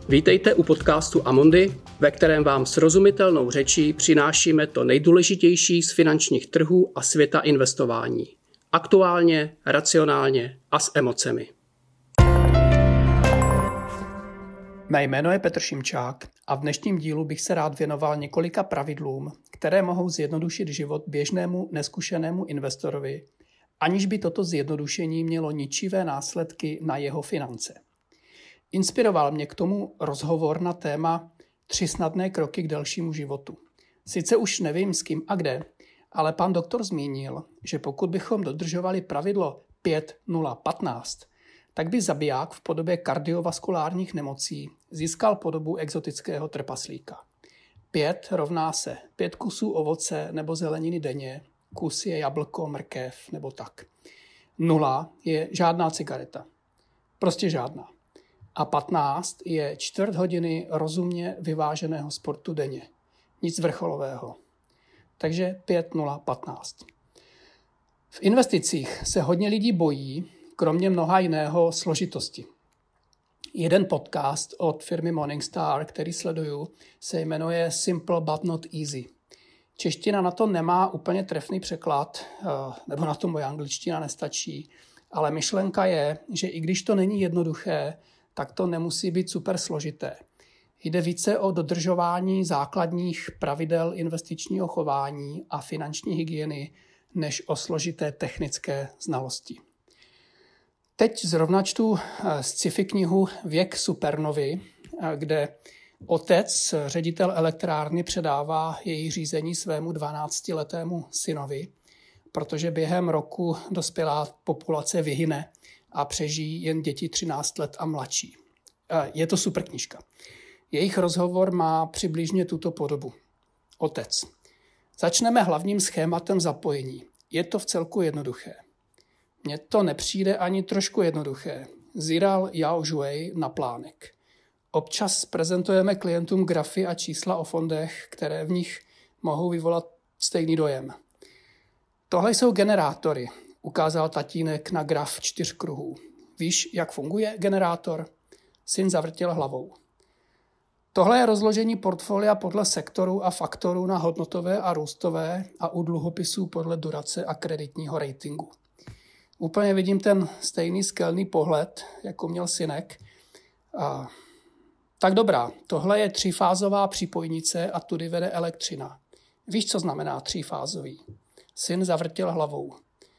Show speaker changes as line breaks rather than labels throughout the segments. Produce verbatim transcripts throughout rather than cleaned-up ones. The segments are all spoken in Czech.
Vítejte u podcastu Amundi, ve kterém vám srozumitelnou řečí přinášíme to nejdůležitější z finančních trhů a světa investování. Aktuálně, racionálně a s emocemi. Mé jméno je Petr Šimčák a v dnešním dílu bych se rád věnoval několika pravidlům, které mohou zjednodušit život běžnému neskušenému investorovi, aniž by toto zjednodušení mělo ničivé následky na jeho finance. Inspiroval mě k tomu rozhovor na téma Tři snadné kroky k delšímu životu. Sice už nevím s kým a kde, ale pan doktor zmínil, že pokud bychom dodržovali pravidlo pět nula patnáct, tak by zabiják v podobě kardiovaskulárních nemocí získal podobu exotického trpaslíka. Pět rovná se pět kusů ovoce nebo zeleniny denně, kus je jablko, mrkev nebo tak. Nula je žádná cigareta. Prostě žádná. A patnáct je čtvrt hodiny rozumně vyváženého sportu denně. Nic vrcholového. Takže pět nula patnáct. V investicích se hodně lidí bojí, kromě mnoha jiného složitosti. Jeden podcast od firmy Morningstar, který sleduju, se jmenuje Simple but not easy. Čeština na to nemá úplně trefný překlad, nebo na to moje angličtina nestačí, ale myšlenka je, že i když to není jednoduché, tak to nemusí být super složité. Jde více o dodržování základních pravidel investičního chování a finanční hygieny, než o složité technické znalosti. Teď zrovna čtu sci-fi knihu Věk supernovy, kde otec, ředitel elektrárny, předává její řízení svému dvanáctiletému synovi, protože během roku dospělá populace vyhyne a přežijí jen děti třináct let a mladší. Je to super knížka. Jejich rozhovor má přibližně tuto podobu. Otec. Začneme hlavním schématem zapojení. Je to vcelku jednoduché. Mně to nepřijde ani trošku jednoduché. Ziral Yao Zhuai na plánek. Občas prezentujeme klientům grafy a čísla o fondech, které v nich mohou vyvolat stejný dojem. Tohle jsou generátory, ukázal tatínek na graf čtyř kruhů. Víš, jak funguje generátor? Syn zavrtěl hlavou. Tohle je rozložení portfolia podle sektorů a faktorů na hodnotové a růstové a u dluhopisů podle durace a kreditního ratingu. Úplně vidím ten stejný skelný pohled, jako měl synek. A tak dobrá, tohle je třífázová přípojnice a tudy vede elektřina. Víš, co znamená třífázový? Syn zavrtěl hlavou.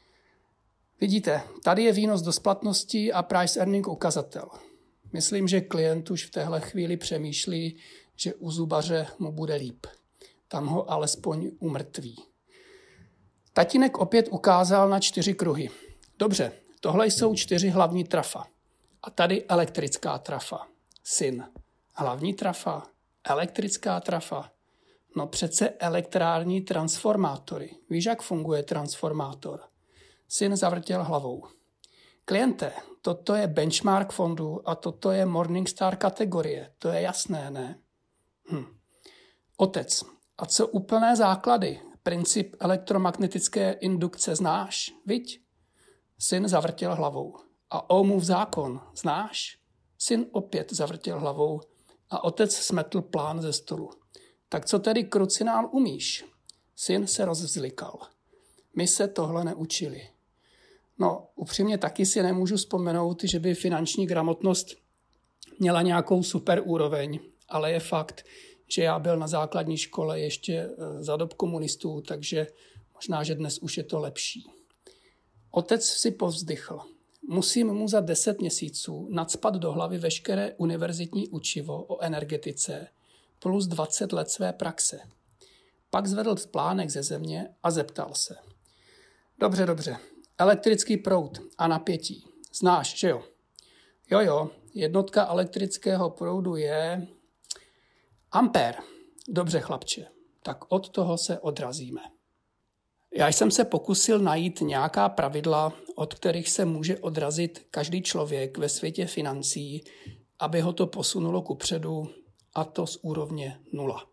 Vidíte, tady je výnos do splatnosti a price earning ukazatel. Myslím, že klient už v téhle chvíli přemýšlí, že u zubaře mu bude líp. Tam ho alespoň umrtví. Tatínek opět ukázal na čtyři kruhy. Dobře, tohle jsou čtyři hlavní trafa. A tady elektrická trafa. Syn. Hlavní trafa. Elektrická trafa. No přece elektrární transformátory. Víš, jak funguje transformátor? Syn zavrtěl hlavou. Kliente, toto je benchmark fondu a toto je Morningstar kategorie. To je jasné, ne? Hm. Otec, a co úplné základy? Princip elektromagnetické indukce znáš, viď? Syn zavrtěl hlavou. A Ohmův zákon znáš? Syn opět zavrtěl hlavou a otec smetl plán ze stolu. Tak co tedy krucinál umíš? Syn se rozvzlikal. My se tohle neučili. No, upřímně taky si nemůžu vzpomenout, že by finanční gramotnost měla nějakou super úroveň, ale je fakt, že já byl na základní škole ještě za dob komunistů, takže možná, že dnes už je to lepší. Otec si povzdychl. Musím mu za deset měsíců nacpat do hlavy veškeré univerzitní učivo o energetice plus dvacet let své praxe. Pak zvedl plánek ze země a zeptal se. Dobře, dobře. Elektrický proud a napětí. Znáš, že jo? Jo, jo. Jednotka elektrického proudu je ampér. Dobře, chlapče. Tak od toho se odrazíme. Já jsem se pokusil najít nějaká pravidla, od kterých se může odrazit každý člověk ve světě financí, aby ho to posunulo kupředu, a to z úrovně nula.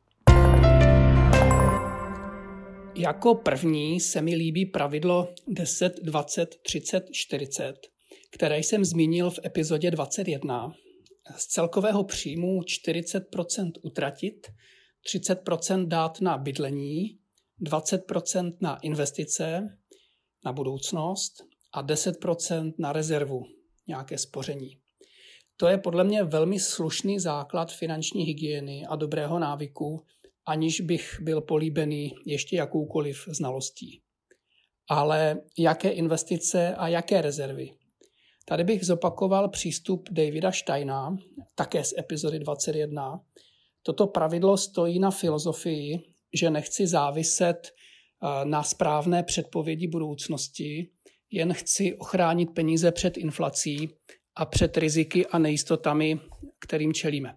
Jako první se mi líbí pravidlo deset, dvacet, třicet, čtyřicet, které jsem zmínil v epizodě dvacet jedna. z celkového příjmu čtyřicet procent utratit, třicet procent dát na bydlení, dvacet procent na investice, na budoucnost a deset procent na rezervu, nějaké spoření. To je podle mě velmi slušný základ finanční hygieny a dobrého návyku, aniž bych byl políbený ještě jakoukoliv znalostí. Ale jaké investice a jaké rezervy? Tady bych zopakoval přístup Davida Steina, také z epizody dvacet jedna. Toto pravidlo stojí na filozofii, že nechci záviset na správné předpovědi budoucnosti, jen chci ochránit peníze před inflací a před riziky a nejistotami, kterým čelíme.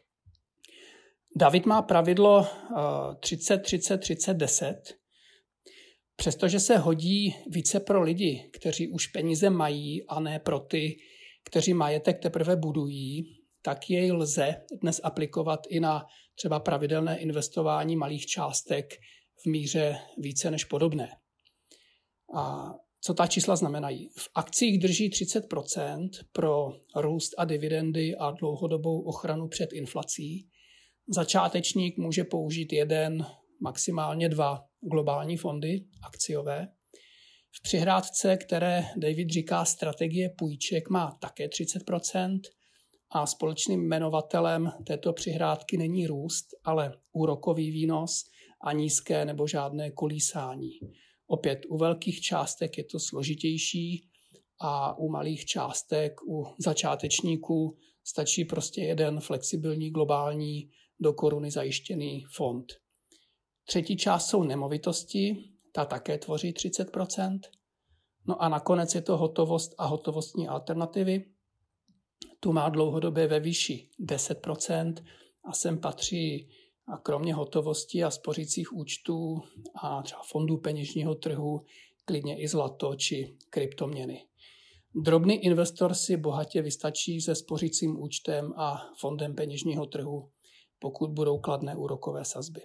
David má pravidlo třicet třicet třicet deset. Přestože se hodí více pro lidi, kteří už peníze mají a ne pro ty, kteří majetek teprve budují, tak jej lze dnes aplikovat i na třeba pravidelné investování malých částek v míře více než podobné. A co ta čísla znamenají? V akcích drží třicet procent pro růst a dividendy a dlouhodobou ochranu před inflací. Začátečník může použít jeden, maximálně dva globální fondy akciové. V přihrádce, které David říká strategie půjček, má také třicet procent a společným jmenovatelem této přihrádky není růst, ale úrokový výnos a nízké nebo žádné kolísání. Opět u velkých částek je to složitější a u malých částek, u začátečníků stačí prostě jeden flexibilní globální do koruny zajištěný fond. Třetí část jsou nemovitosti, ta také tvoří třicet procent. No a nakonec je to hotovost a hotovostní alternativy. Tu má dlouhodobě ve výši deset procent a sem patří a kromě hotovosti a spořících účtů a třeba fondů peněžního trhu klidně i zlato či kryptoměny. Drobný investor si bohatě vystačí se spořícím účtem a fondem peněžního trhu, pokud budou kladné úrokové sazby.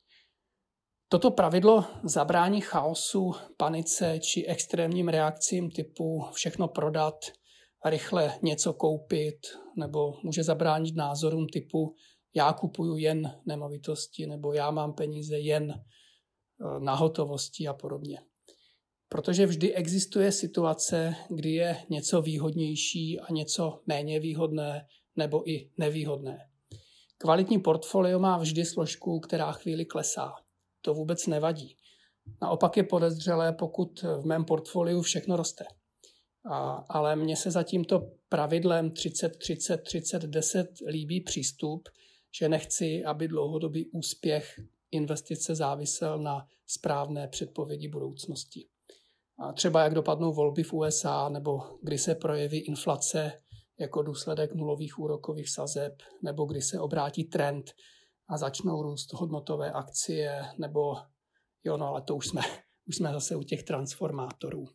Toto pravidlo zabrání chaosu, panice či extrémním reakcím typu všechno prodat, rychle něco koupit, nebo může zabránit názorům typu já kupuju jen nemovitosti nebo já mám peníze jen na hotovosti a podobně. Protože vždy existuje situace, kdy je něco výhodnější a něco méně výhodné nebo i nevýhodné. Kvalitní portfolio má vždy složku, která chvíli klesá. To vůbec nevadí. Naopak je podezřelé, pokud v mém portfoliu všechno roste. A, ale mně se za tímto pravidlem třicet třicet třicet deset líbí přístup, že nechci, aby dlouhodobý úspěch investice závisel na správné předpovědi budoucnosti. A třeba jak dopadnou volby v U S A, nebo kdy se projeví inflace jako důsledek nulových úrokových sazeb, nebo kdy se obrátí trend a začnou růst hodnotové akcie, nebo jo, no ale to už jsme, už jsme zase u těch transformátorů.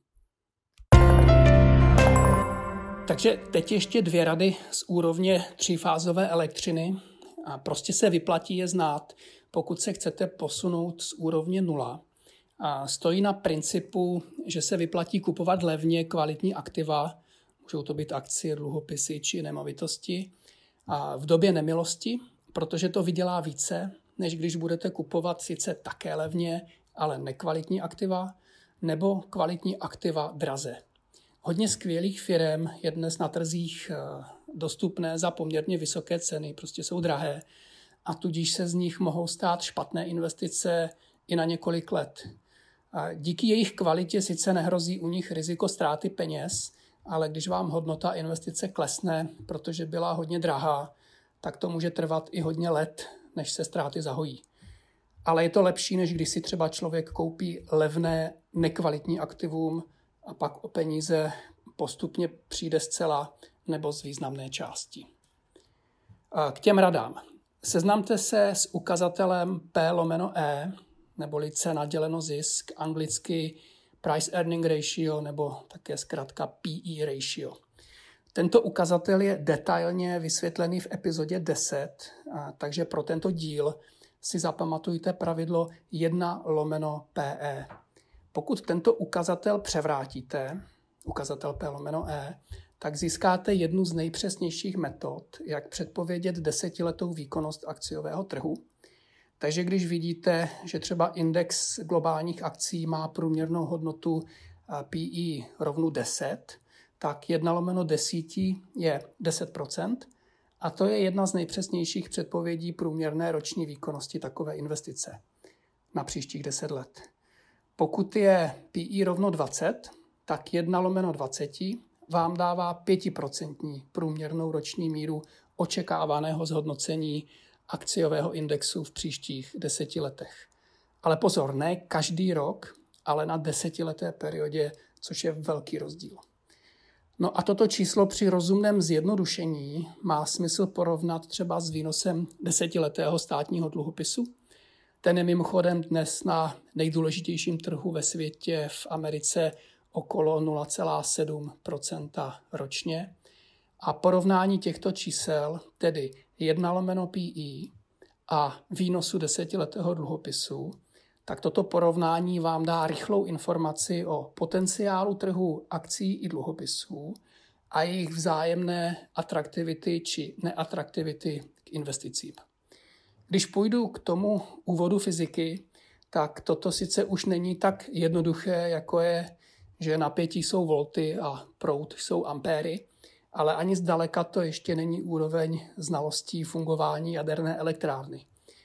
Takže teď ještě dvě rady z úrovně třífázové elektřiny. A prostě se vyplatí je znát, pokud se chcete posunout z úrovně nula. A stojí na principu, že se vyplatí kupovat levně kvalitní aktiva, můžou to být akcie, dluhopisy či nemovitosti, a v době nemilosti, protože to vydělá více, než když budete kupovat sice také levně, ale nekvalitní aktiva, nebo kvalitní aktiva draze. Hodně skvělých firem je dnes na trzích dostupné za poměrně vysoké ceny, prostě jsou drahé a tudíž se z nich mohou stát špatné investice i na několik let. A díky jejich kvalitě sice nehrozí u nich riziko ztráty peněz, ale když vám hodnota investice klesne, protože byla hodně drahá, tak to může trvat i hodně let, než se ztráty zahojí. Ale je to lepší, než když si třeba člověk koupí levné, nekvalitní aktivum a pak o peníze postupně přijde zcela nebo z významné části. K těm radám. Seznamte se s ukazatelem P lomeno E, neboli cena děleno zisk, anglicky Price Earning Ratio, nebo také zkrátka P E ratio. Tento ukazatel je detailně vysvětlený v epizodě deset, takže pro tento díl si zapamatujte pravidlo jedna lomeno P E. Pokud tento ukazatel převrátíte, ukazatel P lomeno E, tak získáte jednu z nejpřesnějších metod, jak předpovědět desetiletou výkonnost akciového trhu. Takže když vidíte, že třeba index globálních akcí má průměrnou hodnotu P E rovnou deset, tak jedna lomeno desítí je deset procent a to je jedna z nejpřesnějších předpovědí průměrné roční výkonnosti takové investice na příštích deset let. Pokud je P E rovno dvacet, tak jedna lomeno dvacet vám dává pět procent průměrnou roční míru očekávaného zhodnocení akciového indexu v příštích deseti letech. Ale pozor, ne každý rok, ale na desetileté periodě, což je velký rozdíl. No a toto číslo při rozumném zjednodušení má smysl porovnat třeba s výnosem desetiletého státního dluhopisu. Ten je mimochodem dnes na nejdůležitějším trhu ve světě v Americe okolo nula celá sedm procenta ročně. A porovnání těchto čísel, tedy jedna lomeno P E a výnosu desetiletého dluhopisu, tak toto porovnání vám dá rychlou informaci o potenciálu trhu akcí i dluhopisů a jejich vzájemné atraktivity či neatraktivity k investicím. Když půjdu k tomu úvodu fyziky, tak toto sice už není tak jednoduché, jako je, že napětí jsou volty a proud jsou ampéry, ale ani zdaleka to ještě není úroveň znalostí fungování jaderné elektrárny.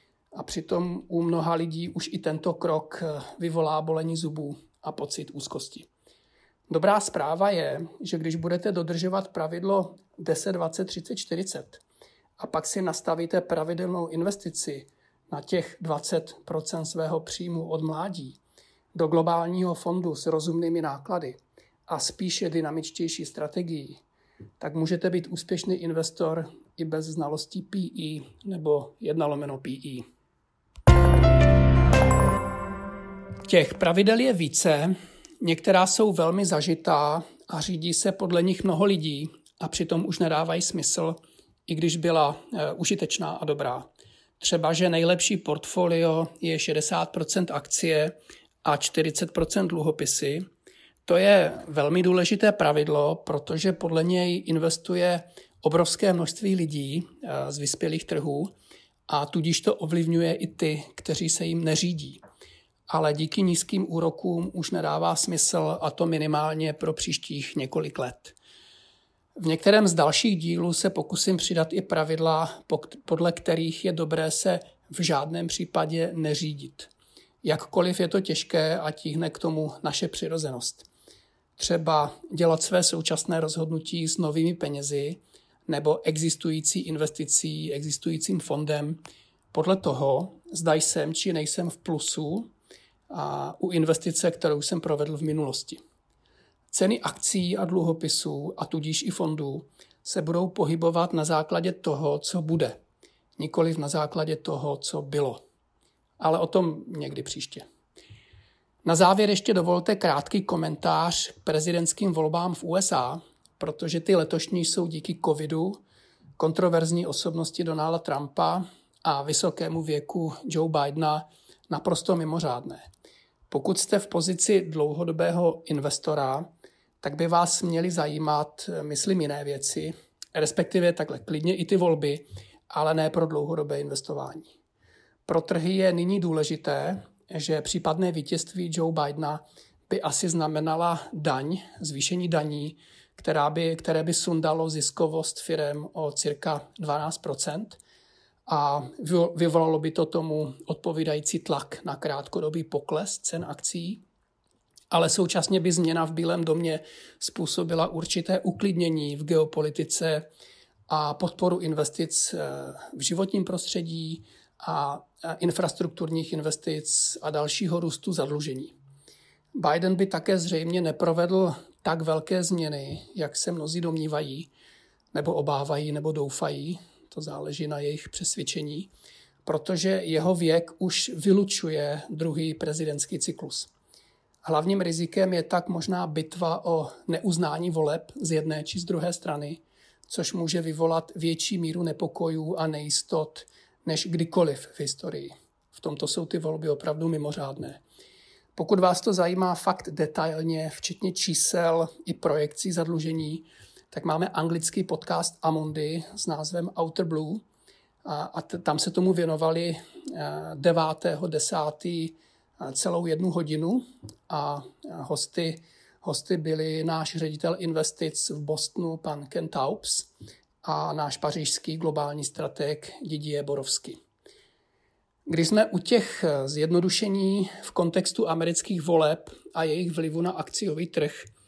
A přitom u mnoha lidí už i tento krok vyvolá bolení zubů a pocit úzkosti. Dobrá zpráva je, že když budete dodržovat pravidlo deset, dvacet, třicet, čtyřicet a pak si nastavíte pravidelnou investici na těch dvacet procent svého příjmu od mládí do globálního fondu s rozumnými náklady a spíše dynamičtější strategii, tak můžete být úspěšný investor i bez znalostí P E nebo jedna lomeno P E. Těch pravidel je více, některá jsou velmi zažitá a řídí se podle nich mnoho lidí a přitom už nedávají smysl, i když byla e, užitečná a dobrá. Třeba, že nejlepší portfolio je šedesát procent akcie a čtyřicet procent dluhopisy. To je velmi důležité pravidlo, protože podle něj investuje obrovské množství lidí e, z vyspělých trhů a tudíž to ovlivňuje i ty, kteří se jim neřídí. Ale díky nízkým úrokům už nedává smysl, a to minimálně pro příštích několik let. V některém z dalších dílů se pokusím přidat i pravidla, podle kterých je dobré se v žádném případě neřídit. Jakkoliv je to těžké a tíhne k tomu naše přirozenost. Třeba dělat své současné rozhodnutí s novými penězi nebo existující investicí, existujícím fondem podle toho, zda jsem či nejsem v plusu a u investice, kterou jsem provedl v minulosti. Ceny akcií a dluhopisů a tudíž i fondů se budou pohybovat na základě toho, co bude, nikoliv na základě toho, co bylo. Ale o tom někdy příště. Na závěr ještě dovolte krátký komentář k prezidentským volbám v U S A, protože ty letošní jsou díky covidu, kontroverzní osobnosti Donalda Trumpa a vysokému věku Joe Bidena naprosto mimořádné. Pokud jste v pozici dlouhodobého investora, tak by vás měly zajímat, myslím, jiné věci, respektive takhle klidně i ty volby, ale ne pro dlouhodobé investování. Pro trhy je nyní důležité, že případné vítězství Joe Bidena by asi znamenala daň, zvýšení daní, která by, které by sundalo ziskovost firem o cirka dvanáct procent a vyvolalo by to tomu odpovídající tlak na krátkodobý pokles cen akcií, ale současně by změna v Bílém domě způsobila určité uklidnění v geopolitice a podporu investic v životním prostředí a infrastrukturních investic a dalšího růstu zadlužení. Biden by také zřejmě neprovedl tak velké změny, jak se mnozí domnívají, nebo obávají, nebo doufají, to záleží na jejich přesvědčení, protože jeho věk už vylučuje druhý prezidentský cyklus. Hlavním rizikem je tak možná bitva o neuznání voleb z jedné či z druhé strany, což může vyvolat větší míru nepokojů a nejistot než kdykoliv v historii. V tomto jsou ty volby opravdu mimořádné. Pokud vás to zajímá fakt detailně, včetně čísel i projekcí zadlužení, tak máme anglický podcast Amundi s názvem Outer Blue a, a t- tam se tomu věnovali devátého desátého celou jednu hodinu a hosty, hosty byli náš ředitel investic v Bostonu, pan Ken Taubes, a náš pařížský globální strateg Didier Borovsky. Když jsme u těch zjednodušení v kontextu amerických voleb a jejich vlivu na akciový trh,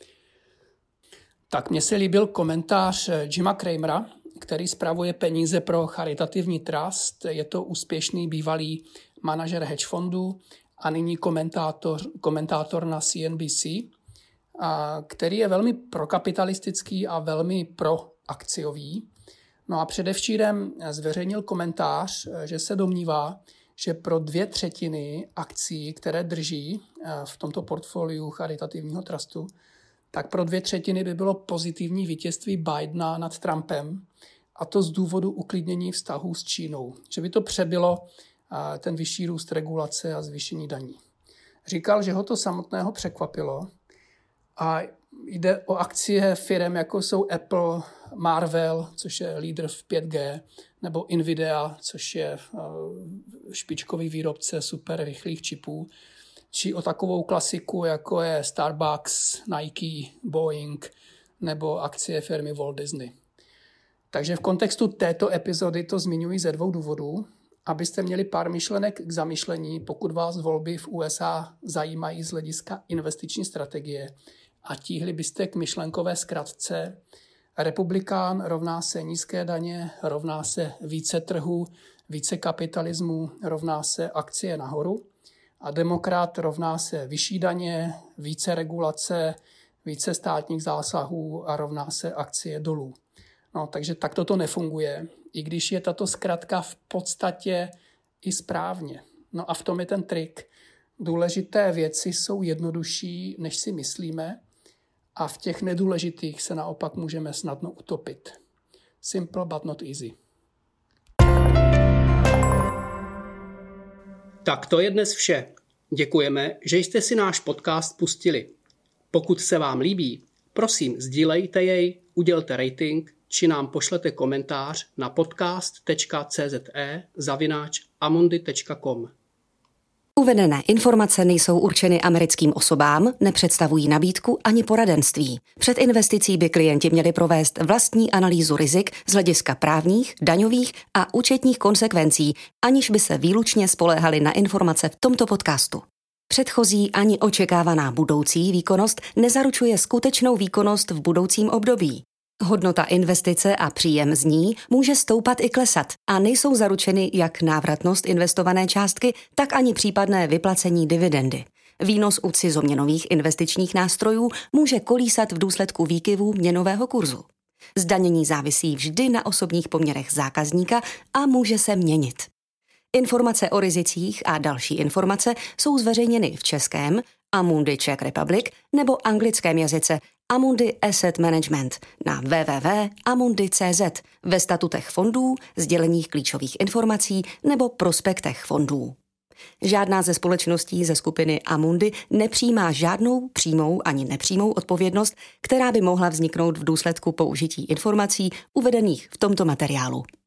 tak mně se líbil komentář Jima Cramera, který spravuje peníze pro charitativní trust. Je to úspěšný bývalý manažer hedge fondu a nyní komentátor, komentátor na C N B C, a který je velmi prokapitalistický a velmi proakciový. No a předevčírem zveřejnil komentář, že se domnívá, že pro dvě třetiny akcí, které drží v tomto portfoliu charitativního trustu, tak pro dvě třetiny by bylo pozitivní vítězství Bidena nad Trumpem, a to z důvodu uklidnění vztahů s Čínou, že by to přebylo ten vyšší růst regulace a zvýšení daní. Říkal, že ho to samotného překvapilo a jde o akcie firem, jako jsou Apple, Marvell, což je lídr v pět G, nebo Nvidia, což je špičkový výrobce super rychlých čipů, či o takovou klasiku, jako je Starbucks, Nike, Boeing, nebo akcie firmy Walt Disney. Takže v kontextu této epizody to zmiňuji ze dvou důvodů, abyste měli pár myšlenek k zamyšlení, pokud vás volby v U S A zajímají z hlediska investiční strategie, a tíhli byste k myšlenkové zkratce: republikán rovná se nízké daně, rovná se více trhu, více kapitalismu, rovná se akcie nahoru, a demokrat rovná se vyšší daně, více regulace, více státních zásahů a rovná se akcie dolů. No, takže takto to nefunguje, i když je tato zkratka v podstatě i správně. No a v tom je ten trik. Důležité věci jsou jednodušší, než si myslíme, a v těch nedůležitých se naopak můžeme snadno utopit. Simple but not easy.
Tak to je dnes vše. Děkujeme, že jste si náš podcast pustili. Pokud se vám líbí, prosím sdílejte jej, udělte rating, či nám pošlete komentář na podcast.cze zavináč amundi tečka com.
Uvedené informace nejsou určeny americkým osobám, nepředstavují nabídku ani poradenství. Před investicí by klienti měli provést vlastní analýzu rizik z hlediska právních, daňových a účetních konsekvencí, aniž by se výlučně spoléhali na informace v tomto podcastu. Předchozí ani očekávaná budoucí výkonnost nezaručuje skutečnou výkonnost v budoucím období. Hodnota investice a příjem z ní může stoupat i klesat a nejsou zaručeny jak návratnost investované částky, tak ani případné vyplacení dividendy. Výnos u cizoměnových investičních nástrojů může kolísat v důsledku výkyvů měnového kurzu. Zdanění závisí vždy na osobních poměrech zákazníka a může se měnit. Informace o rizicích a další informace jsou zveřejněny v českém Amundi Czech Republic nebo anglickém jazyce Amundi Asset Management na w w w tečka amundi tečka c z, ve statutech fondů, sděleních klíčových informací nebo prospektech fondů. Žádná ze společností ze skupiny Amundi nepřijímá žádnou přímou ani nepřímou odpovědnost, která by mohla vzniknout v důsledku použití informací uvedených v tomto materiálu.